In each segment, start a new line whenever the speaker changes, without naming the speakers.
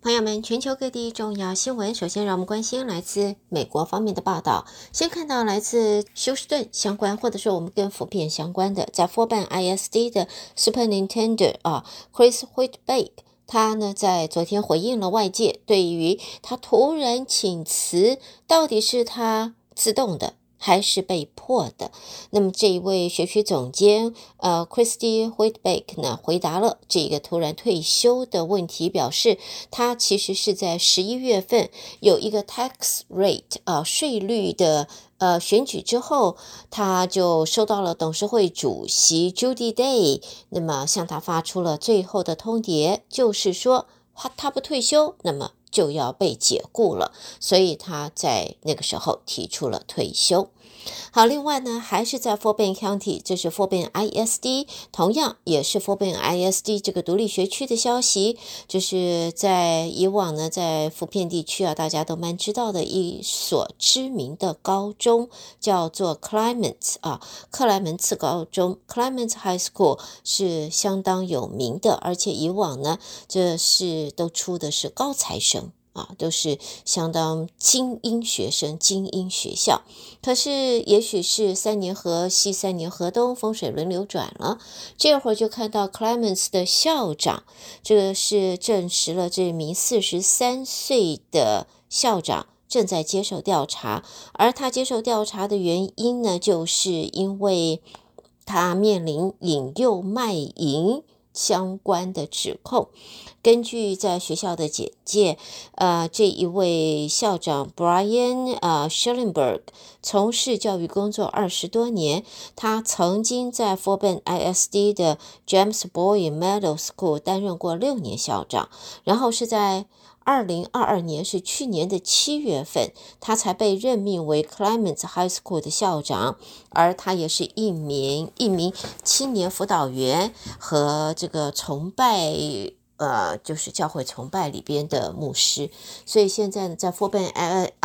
朋友们，全球各地重要新闻，首先让我们关心来自美国方面的报道。先看到来自休斯顿相关，或者说我们跟普遍相关的，在佛办 ISD 的 Superintendent Chris Whitbeck， 他呢在昨天回应了外界对于他突然请辞，到底是他自动的还是被迫的。那么这一位学区总监Christy Whitbeck 呢回答了这个突然退休的问题，表示他其实是在11月份有一个 tax rate 税率的选举之后，他就收到了董事会主席 Judy Day 那么向他发出了最后的通牒，就是说他不退休，那么就要被解雇了，所以他在那个时候提出了退休。好，另外呢，还是在 Fort Bend County， 这是 Fort Bend ISD， 同样也是 Fort Bend ISD 这个独立学区的消息，就是在以往呢，在福片地区大家都蛮知道的一所知名的高中，叫做 Clements 克莱门茨高中 Clements High School 是相当有名的，而且以往呢，这是都出的是高材生。都是相当精英学生、精英学校。可是也许是3年河西3年河东，风水轮流转了，这会儿就看到 Clements 的校长，这个是证实了这名43岁的校长正在接受调查，而他接受调查的原因呢，就是因为他面临引诱卖淫相关的指控。根据在学校的简介，这一位校长 Brian Schellenberg 从事教育工作20多年，他曾经在 Fort Bend ISD 的 James Boyd Middle School 担任过6年校长，然后是在2022年，是去年的7月份，他才被任命为 Clements High School 的校长，而他也是一名青年辅导员和这个崇拜就是教会崇拜里边的牧师。所以现在呢，在 Fort Bend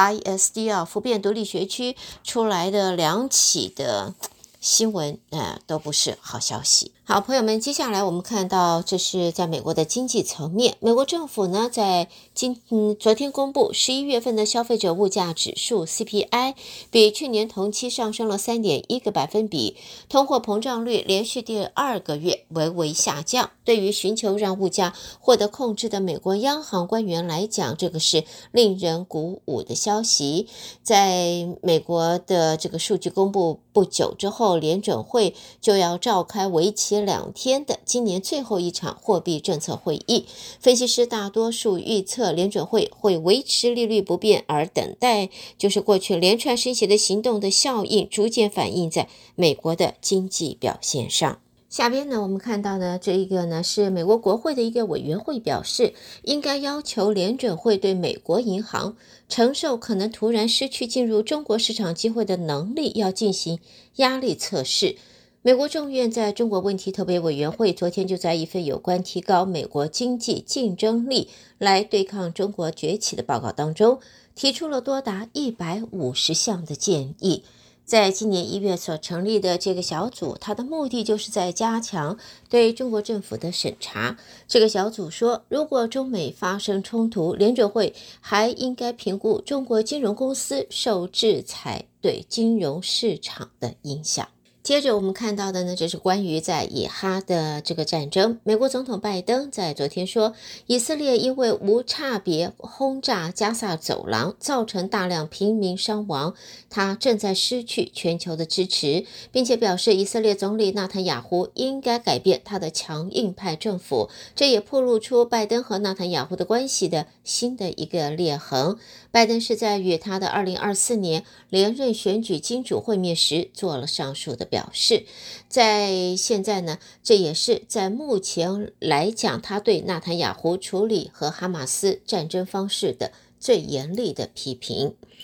ISD 福变独立学区出来的2起的新闻都不是好消息。好，朋友们，接下来我们看到这是在美国的经济层面，美国政府呢在昨天公布11月份的消费者物价指数 CPI 比去年同期上升了 3.1个百分比，通货膨胀率连续第2个月微下降。对于寻求让物价获得控制的美国央行官员来讲，这个是令人鼓舞的消息。在美国的这个数据公布不久之后，联准会就要召开为期2天的今年最后一场货币政策会议。分析师大多数预测联准会会维持利率不变，而等待就是过去连串升息的行动的效应逐渐反映在美国的经济表现上。下边呢，我们看到呢，这一个呢是美国国会的一个委员会表示，应该要求联准会对美国银行承受可能突然失去进入中国市场机会的能力，要进行压力测试。美国众院在中国问题特别委员会昨天就在一份有关提高美国经济竞争力来对抗中国崛起的报告当中，提出了多达150项的建议。在今年1月所成立的这个小组，它的目的就是在加强对中国政府的审查。这个小组说，如果中美发生冲突，联准会还应该评估中国金融公司受制裁对金融市场的影响。接着我们看到的呢，这是关于在以哈的这个战争。美国总统拜登在昨天说，以色列因为无差别轰炸加萨走廊，造成大量平民伤亡，他正在失去全球的支持，并且表示以色列总理纳坦雅胡应该改变他的强硬派政府。这也暴露出拜登和纳坦雅胡的关系的新的一个裂痕。拜登是在与他的2024年连任选举金主会面时做了上述的表示。在现在呢，这也是在目前来讲，他对纳坦雅胡处理和哈马斯战争方式的最严厉的批评。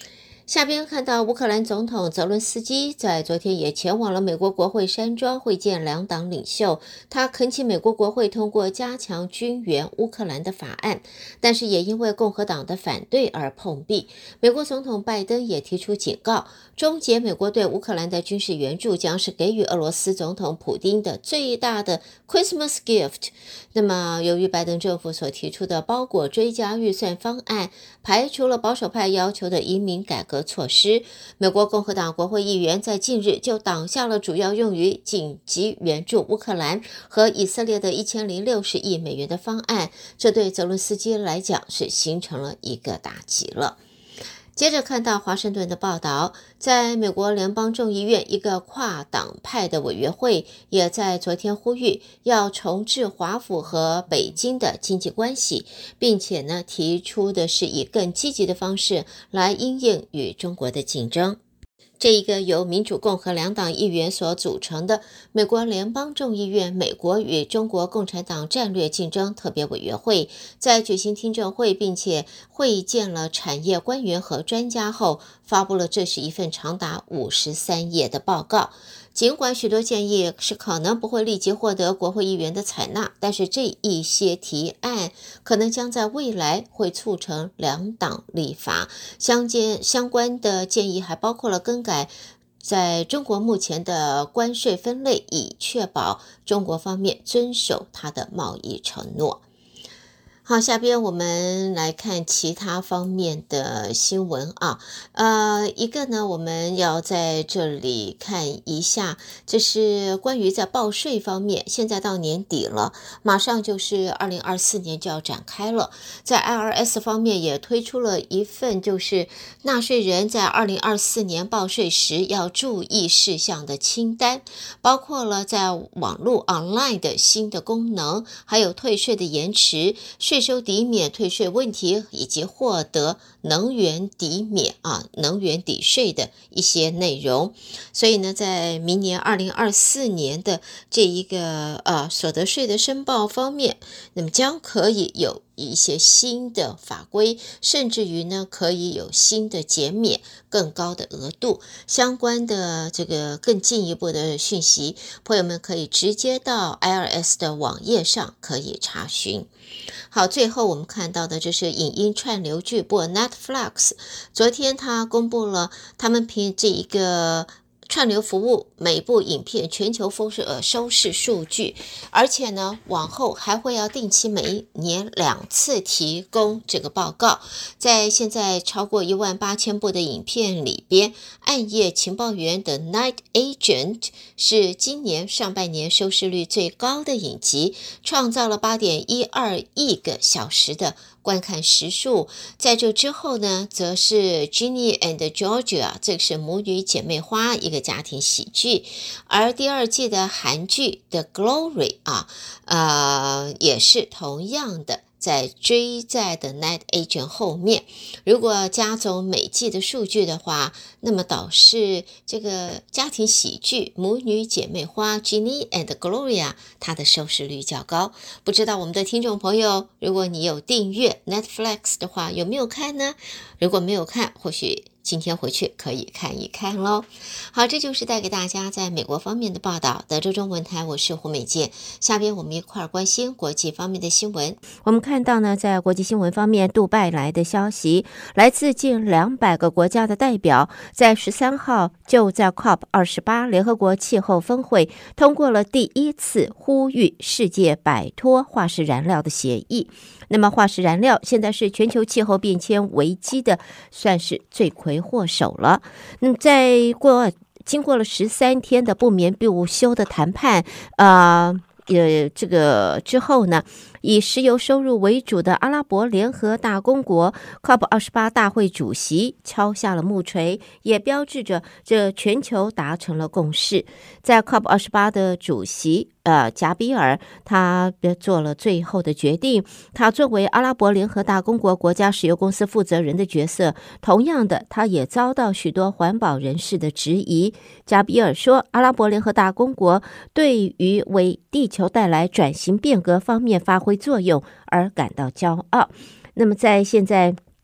下边看到乌克兰总统泽伦斯基在昨天也前往了美国国会山庄会见两党领袖，他恳请美国国会通过加强军援乌克兰的法案，但是也因为共和党的反对而碰壁。美国总统拜登也提出警告，终结美国对乌克兰的军事援助将是给予俄罗斯总统普丁的最大的 Christmas gift。那么由于拜登政府所提出的包裹追加预算方案排除了保守派要求的移民改革措施，美国共和党国会议员在近日就挡下了主要用于紧急援助乌克兰和以色列的1060亿美元的方案，这对泽伦斯基来讲是形成了一个打击了。接着看到华盛顿的报道，在美国联邦众议院一个跨党派的委员会也在昨天呼吁要重置华府和北京的经济关系，并且呢提出的是以更积极的方式来因应与中国的竞争。这一个由民主共和两党议员所组成的美国联邦众议院美国与中国共产党战略竞争特别委员会在举行听证会并且会见了产业官员和专家后，发布了这是一份长达53页的报告。尽管许多建议是可能不会立即获得国会议员的采纳，但是这一些提案可能将在未来会促成两党立法。相关的建议还包括了更改在中国目前的关税分类，以确保中国方面遵守它的贸易承诺。好，下边我们来看其他方面的新闻啊。一个呢，我们要在这里看一下，这是关于在报税方面，现在到年底了，马上就是2024年就要展开了。在 IRS 方面也推出了一份就是纳税人在2024年报税时要注意事项的清单，包括了在网络 online 的新的功能，还有退税的延迟、税收抵免退税问题，以及获得能源抵免能源抵税的一些内容。所以呢，在明年2024年的这一个所得税的申报方面，那么将可以有一些新的法规，甚至于呢可以有新的减免更高的额度。相关的这个更进一步的讯息，朋友们可以直接到 IRS 的网页上可以查询。好，最后我们看到的就是影音串流巨擘 Netflix， 昨天他公布了他们凭这一个串流服务每部影片全球收视数据，而且呢往后还会要定期每年2次提供这个报告。在现在超过18000部的影片里边，暗夜情报员的 Night Agent 是今年上半年收视率最高的影集，创造了 8.12 亿个小时的观看时数。在这之后呢，则是 Ginny and Georgia， 这是母女姐妹花一个家庭喜剧。而第二季的韩剧的 Glory 也是同样的在追在的 Night Agent 后面。如果加总每季的数据的话，那么导致这个家庭喜剧母女姐妹花 Ginny and Gloria 它的收视率较高。不知道我们的听众朋友，如果你有订阅 Netflix 的话，有没有看呢？如果没有看，或许今天回去可以看一看咯。好，这就是带给大家在美国方面的报道。德州中文台，我是胡美健。下边我们一块儿关心国际方面的新闻。我们看到呢，在国际新闻方面，杜拜来的消息，来自近200个国家的代表，在13号就在 COP28 联合国气候峰会通过了第一次呼吁世界摆脱化石燃料的协议。那么化石燃料现在是全球气候变迁危机的算是罪魁祸首了。那么经过了13天的不眠不休的谈判，这个之后呢，以石油收入为主的阿拉伯联合大公国 COP28 大会主席敲下了木锤，也标志着这全球达成了共识。在 COP28 的主席贾比尔，他做了最后的决定。他作为阿拉伯联合大公国国家石油公司负责人的角色，同样的，他也遭到许多环保人士的质疑。贾比尔说，阿拉伯联合大公国对于为地球带来转型变革方面发挥作用而感到骄傲。那么在现在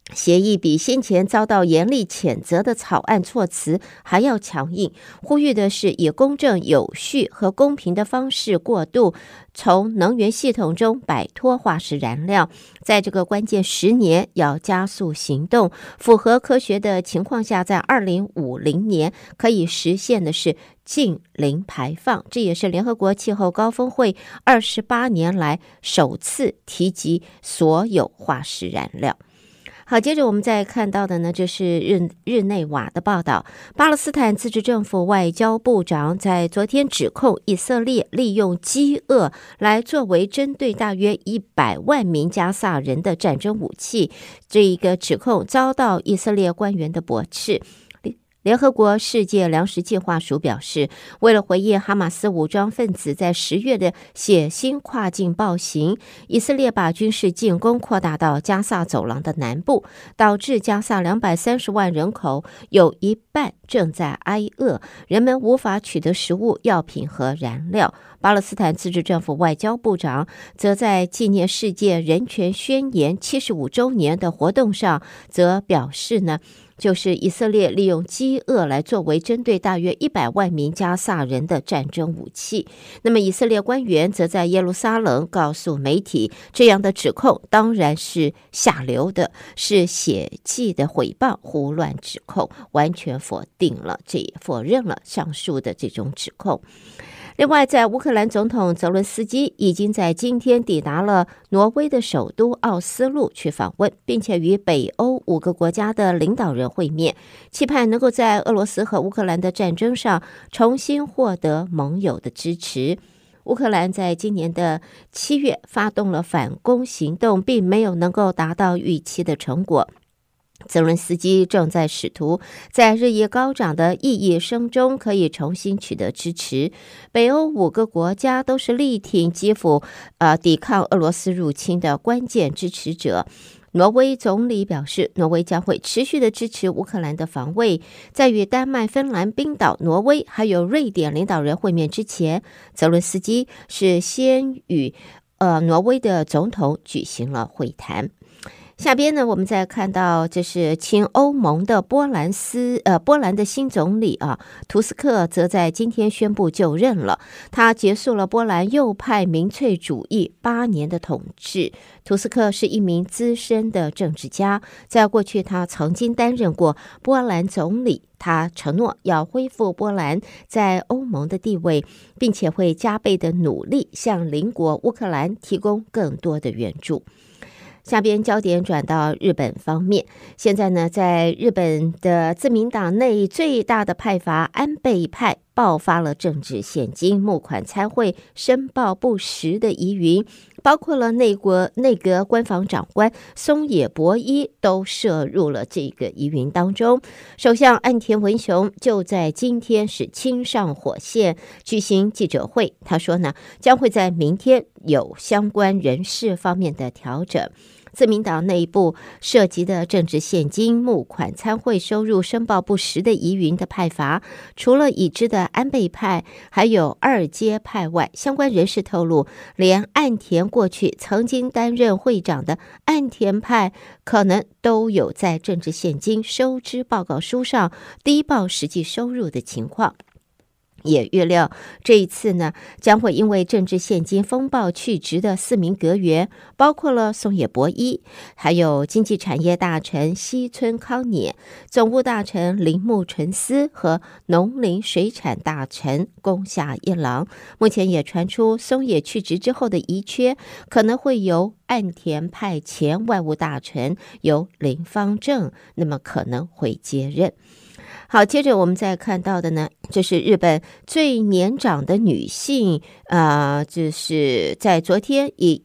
协议比先前遭到严厉谴责的草案措辞还要强硬，呼吁的是以公正、有序和公平的方式过渡，从能源系统中摆脱化石燃料，在这个关键10年要加速行动，符合科学的情况下，在2050年可以实现的是净零排放。这也是联合国气候高峰会28年来首次提及所有化石燃料。好，接着我们再看到的呢，就是日内瓦的报道。巴勒斯坦自治政府外交部长在昨天指控以色列利用饥饿来作为针对大约100万名加萨人的战争武器，这一个指控遭到以色列官员的驳斥。联合国世界粮食计划署表示，为了回应哈马斯武装分子在10月的血腥跨境暴行，以色列把军事进攻扩大到加萨走廊的南部，导致加萨230万人口有一半正在挨饿，人们无法取得食物、药品和燃料。巴勒斯坦自治政府外交部长则在纪念世界人权宣言75周年的活动上，则表示呢，就是以色列利用饥饿来作为针对大约100万名加萨人的战争武器。那么以色列官员则在耶路撒冷告诉媒体，这样的指控当然是下流的，是血迹的诽谤、胡乱指控，完全否认了上述的这种指控。另外，在乌克兰总统泽伦斯基已经在今天抵达了挪威的首都奥斯陆去访问，并且与北欧5个国家的领导人会面，期盼能够在俄罗斯和乌克兰的战争上重新获得盟友的支持。乌克兰在今年的7月发动了反攻行动，并没有能够达到预期的成果。泽伦斯基正在试图在日益高涨的异议声中可以重新取得支持。北欧5个国家都是力挺基辅抵抗俄罗斯入侵的关键支持者。挪威总理表示，挪威将会持续的支持乌克兰的防卫。在与丹麦、芬兰、冰岛、挪威还有瑞典领导人会面之前，泽伦斯基是先与挪威的总统举行了会谈。下边呢，我们再看到，这是亲欧盟的波兰的新总理图斯克，则在今天宣布就任了。他结束了波兰右派民粹主义8年的统治。图斯克是一名资深的政治家，在过去他曾经担任过波兰总理。他承诺要恢复波兰在欧盟的地位，并且会加倍的努力向邻国乌克兰提供更多的援助。下边焦点转到日本方面，现在呢，在日本的自民党内最大的派阀安倍派爆发了政治现金募款参会申报不实的疑云，包括了内阁官房长官松野博一都涉入了这个疑云当中。首相岸田文雄就在今天是亲上火线举行记者会，他说呢，将会在明天有相关人事方面的调整。自民党内部涉及的政治现金募款参会收入申报不实的疑云的派阀，除了已知的安倍派还有二阶派外，相关人士透露，连岸田过去曾经担任会长的岸田派可能都有在政治现金收支报告书上低报实际收入的情况。也预料这一次呢，将会因为政治现金风暴去职的4名阁员，包括了松野博一，还有经济产业大臣西村康稔、总务大臣铃木纯司和农林水产大臣宫下一郎。目前也传出松野去职之后的遗缺可能会由岸田派前外务大臣由林芳正那么可能会接任。好，接着我们再看到的呢，就是日本最年长的女性就是在昨天以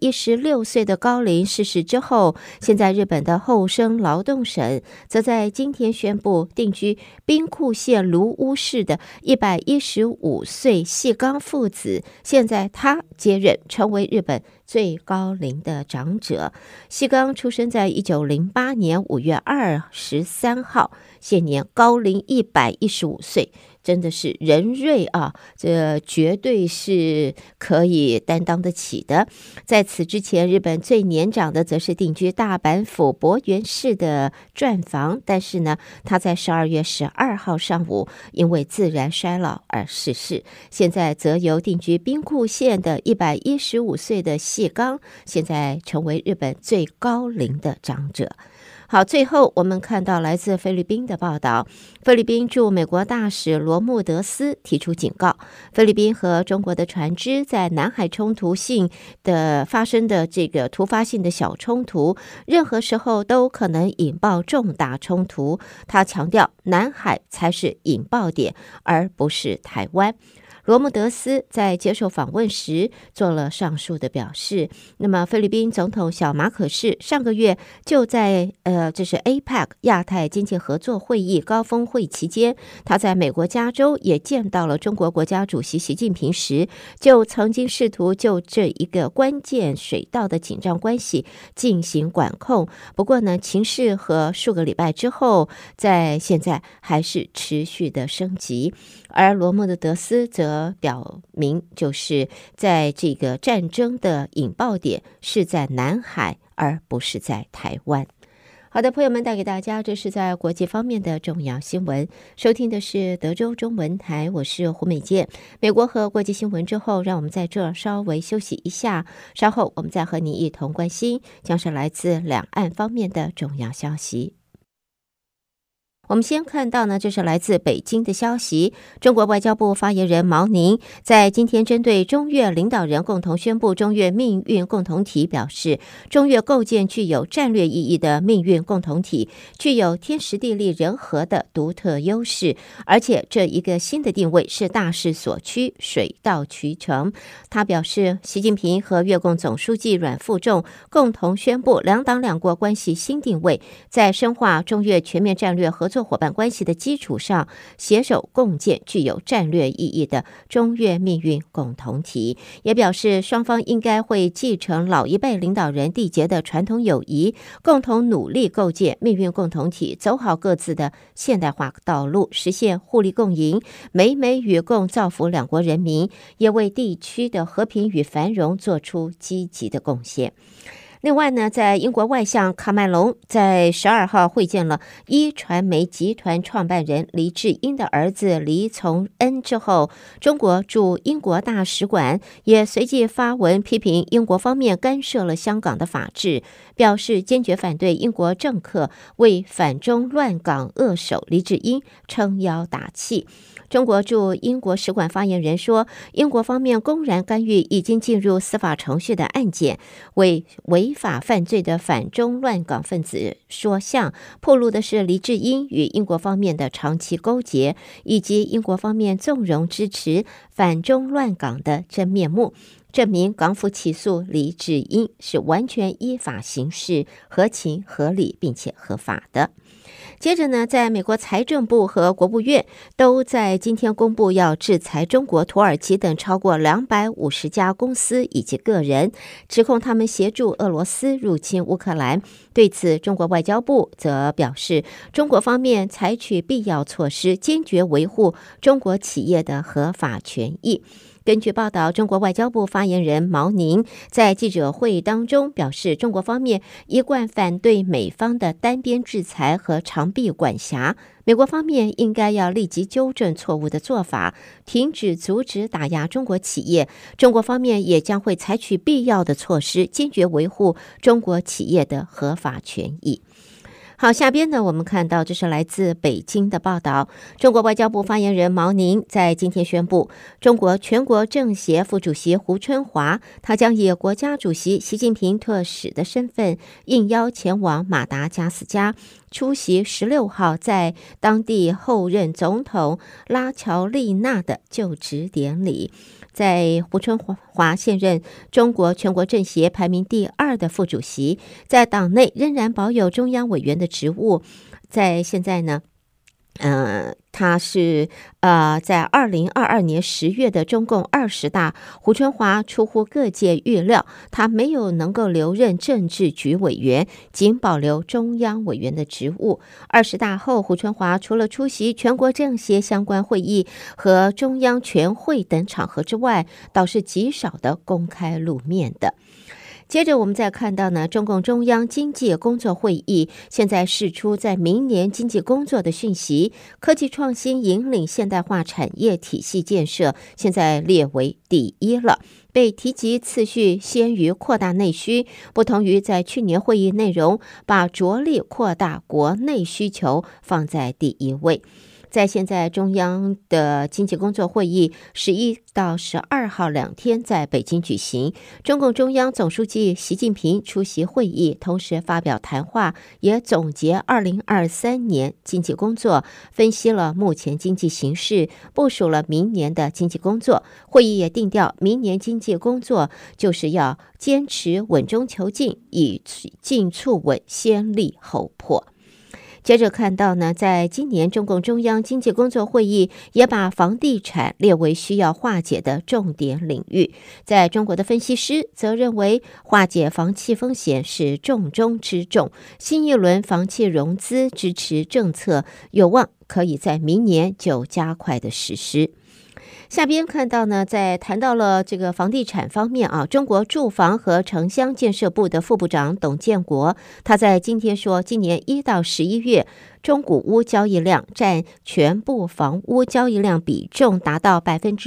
116岁的高龄逝世之后，现在日本的厚生劳动省则在今天宣布定居兵库县芦屋市的115岁细刚父子，现在他接任成为日本最高龄的长者。细刚出生在1908年5月23号，现年高龄115岁， 真的是人瑞啊，这绝对是可以担当得起的。在此之前，日本最年长的则是定居大阪府博园市的转房，但是呢，他在12月12号上午因为自然衰老而逝世。现在则由定居兵库县的115岁的细刚，现在成为日本最高龄的长者。好，最后我们看到来自菲律宾的报道，菲律宾驻美国大使罗穆德斯提出警告，菲律宾和中国的船只在南海冲突性的发生的这个突发性的小冲突，任何时候都可能引爆重大冲突。他强调，南海才是引爆点，而不是台湾。罗姆德斯在接受访问时做了上述的表示。那么，菲律宾总统小马可仕上个月就在这是 APEC 亚太经济合作会议高峰会期间，他在美国加州也见到了中国国家主席习近平时，就曾经试图就这一个关键水道的紧张关系进行管控。不过呢，情势和数个礼拜之后，在现在还是持续的升级。而罗姆德斯则表明，就是在这个战争的引爆点是在南海，而不是在台湾。好的，朋友们，带给大家这是在国际方面的重要新闻。收听的是德州中文台，我是胡美健。美国和国际新闻之后，让我们在这儿稍微休息一下，稍后我们再和你一同关心将是来自两岸方面的重要消息。我们先看到呢，这是来自北京的消息。中国外交部发言人毛宁在今天针对中越领导人共同宣布中越命运共同体表示，中越构建具有战略意义的命运共同体，具有天时地利人和的独特优势，而且这一个新的定位是大势所趋，水到渠成。他表示，习近平和越共总书记阮富仲共同宣布两党两国关系新定位，在深化中越全面战略合作伙伴关系的基础上，携手共建具有战略意义的中越命运共同体。也表示，双方应该会继承老一辈领导人缔结的传统友谊，共同努力构建命运共同体，走好各自的现代化道路，实现互利共赢、美美与共，造福两国人民，也为地区的和平与繁荣做出积极的贡献。另外呢，在英国外相卡麦隆在12号会见了一传媒集团创办人黎智英的儿子黎从恩之后，中国驻英国大使馆也随即发文批评英国方面干涉了香港的法治，表示坚决反对英国政客为反中乱港恶手黎智英撑腰打气。中国驻英国使馆发言人说，英国方面公然干预已经进入司法程序的案件，为违法犯罪的反中乱港分子说相，暴露的是黎智英与英国方面的长期勾结，以及英国方面纵容支持反中乱港的真面目，证明港府起诉黎智英是完全依法行事，合情合理并且合法的。接着呢，在美国财政部和国务院都在今天公布要制裁中国、土耳其等超过250家公司以及个人，指控他们协助俄罗斯入侵乌克兰。对此，中国外交部则表示，中国方面采取必要措施，坚决维护中国企业的合法权益。根据报道，中国外交部发言人毛宁在记者会当中表示，中国方面一贯反对美方的单边制裁和长臂管辖，美国方面应该要立即纠正错误的做法，停止阻止打压中国企业。中国方面也将会采取必要的措施，坚决维护中国企业的合法权益。好，下边呢，我们看到这是来自北京的报道。中国外交部发言人毛宁在今天宣布，中国全国政协副主席胡春华，他将以国家主席习近平特使的身份应邀前往马达加斯加，出席16号在当地后任总统拉乔丽娜的就职典礼。在胡春华现任中国全国政协排名第2的副主席，在党内仍然保有中央委员的职务。在现在呢， 他是在2022年10月的中共20大，胡春华出乎各界预料，他没有能够留任政治局委员，仅保留中央委员的职务。20大后，胡春华除了出席全国政协相关会议和中央全会等场合之外，倒是极少的公开露面的。接着我们再看到呢，中共中央经济工作会议现在释出在明年经济工作的讯息，科技创新引领现代化产业体系建设现在列为第一了，被提及次序先于扩大内需，不同于在去年会议内容把着力扩大国内需求放在第一位。在现在中央的经济工作会议11到12号2天在北京举行，中共中央总书记习近平出席会议，同时发表谈话，也总结2023年经济工作，分析了目前经济形势，部署了明年的经济工作。会议也定调，明年经济工作就是要坚持稳中求进，以进促稳，先立后破。接着看到呢，在今年中共中央经济工作会议也把房地产列为需要化解的重点领域。在中国的分析师则认为，化解房企风险是重中之重，新一轮房企融资支持政策有望可以在明年就加快的实施。下边看到呢，在谈到了这个房地产方面中国住房和城乡建设部的副部长董建国，他在今天说，今年1到11月，中古屋交易量占全部房屋交易量比重达到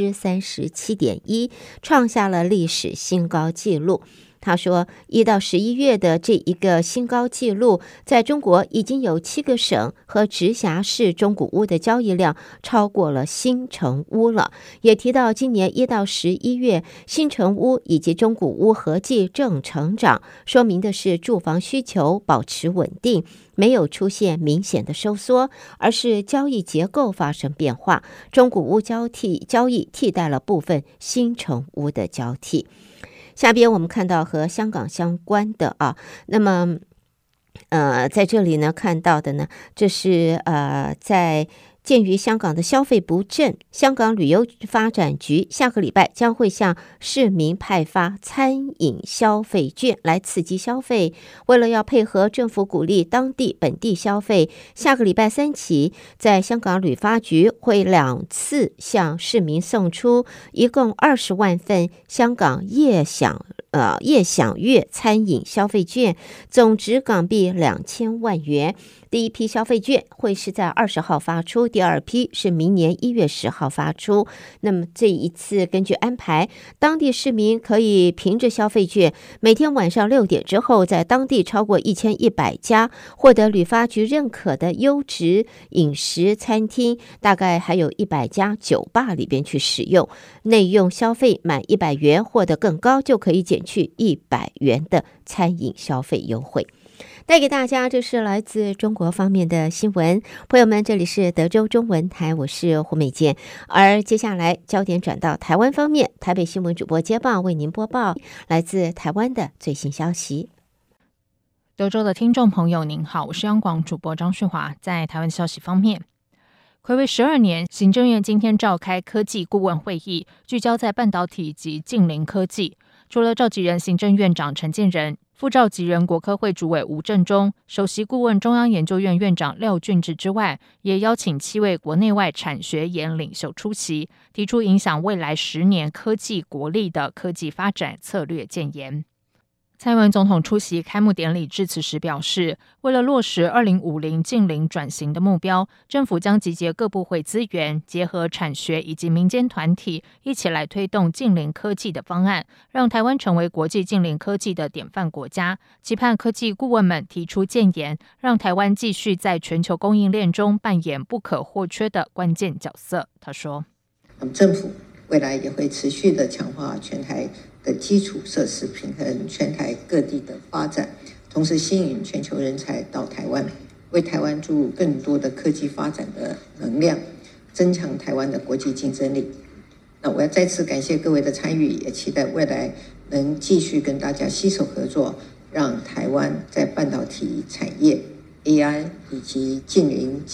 37.1%， 创下了历史新高纪录。他说1到11月的这一个新高纪录，在中国已经有7个省和直辖市中古屋的交易量超过了新城屋了。也提到今年1到11月，新城屋以及中古屋合计正成长，说明的是住房需求保持稳定，没有出现明显的收缩，而是交易结构发生变化，中古屋交易替代了部分新城屋的交替。下边我们看到和香港相关的那么在这里呢看到的呢，这是在鉴于香港的消费不振，香港旅游发展局下个礼拜将会向市民派发餐饮消费券来刺激消费。为了要配合政府鼓励本地消费，下个礼拜3起，在香港旅发局会2次向市民送出一共20万份香港夜享悦餐饮消费券，总值港币2000万元。第一批消费券会是在20号发出，第二批是明年1月10号发出。那么这一次根据安排，当地市民可以凭着消费券，每天晚上6点之后，在当地超过1100家获得旅发局认可的优质饮食餐厅，大概还有100家酒吧里边去使用。内用消费满100元或者更高，就可以减去100元的餐饮消费优惠。带给大家，这是来自中国方面的新闻。朋友们，这里是德州中文台，我是胡美健。而接下来焦点转到台湾方面，台北新闻主播接棒为您播报来自台湾的最新消息。
德州的听众朋友您好，我是央广主播张旭华。在台湾消息方面，睽违12年，行政院今天召开科技顾问会议，聚焦在半导体及近邻科技。除了召集人行政院长陈建仁、副召集人国科会主委吴振中、首席顾问中央研究院院长廖俊智之外，也邀请7位国内外产学研领袖出席，提出影响未来10年科技国力的科技发展策略建言。蔡英文总统出席开幕典礼致辞时表示，为了落实2050近邻转型的目标，政府将集结各部会资源，结合产学以及民间团体，一起来推动近邻科技的方案，让台湾成为国际近邻科技的典范国家。期盼科技顾问们提出建言，让台湾继续在全球供应链中扮演不可或缺的关键角色。他说，
政府未来也会持续的强化全台的基础设施，平衡全台各地的发展，同时吸引全球人才到台湾，为台湾注入更多的科技发展的能量，增强台湾的国际竞争力。那我要再次感谢各位的参与，也期待未来能继续跟大家携手合作，让台湾在半导体产业、AI 以及近邻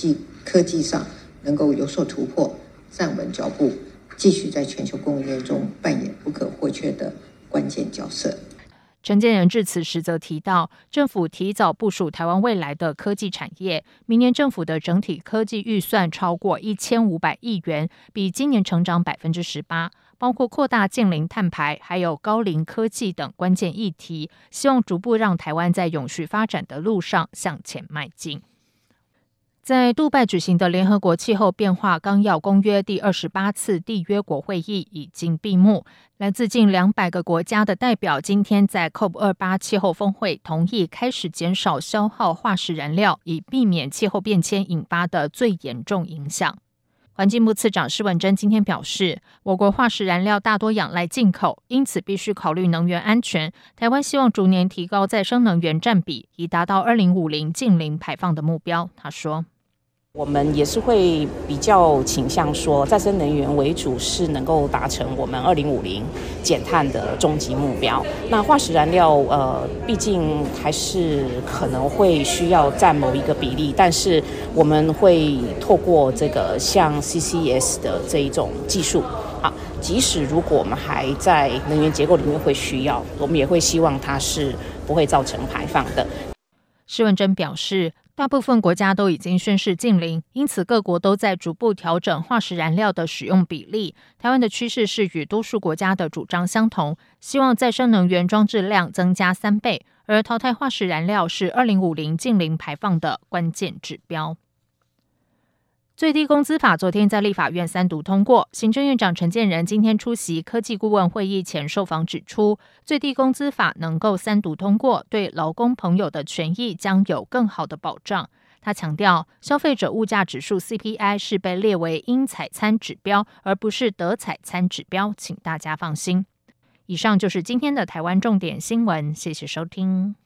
科技上能够有所突破，站稳脚步，继续在全球供应链中扮演不可或缺的关键角色。
陈建仁致辞时则提到，政府提早部署台湾未来的科技产业，明年政府的整体科技预算超过1500亿元，比今年成长18%，包括扩大近零碳排，还有高龄科技等关键议题，希望逐步让台湾在永续发展的路上向前迈进。在杜拜举行的联合国气候变化纲要公约第28次缔约国会议已经闭幕，来自近200个国家的代表今天在 COP28 气候峰会同意开始减少消耗化石燃料，以避免气候变迁引发的最严重影响。环境部次长施文珍今天表示，我国化石燃料大多仰赖进口，因此必须考虑能源安全。台湾希望逐年提高再生能源占比，以达到2050净零排放的目标。他说，
我们也是会比较倾向说，再生能源为主是能够达成我们2050减碳的终极目标。那化石燃料毕竟还是可能会需要占某一个比例，但是我们会透过这个像 CCS 的这一种技术，即使如果我们还在能源结构里面会需要，我们也会希望它是不会造成排放的。
施文珍表示，大部分国家都已经宣示净零，因此各国都在逐步调整化石燃料的使用比例。台湾的趋势是与多数国家的主张相同，希望再生能源装置量增加3倍，而淘汰化石燃料是2050净零排放的关键指标。最低工资法昨天在立法院3读通过，行政院长陈建仁今天出席科技顾问会议前受访指出，最低工资法能够3读通过，对劳工朋友的权益将有更好的保障。他强调，消费者物价指数 CPI 是被列为应采参指标，而不是得采参指标，请大家放心。以上就是今天的台湾重点新闻，谢谢收听。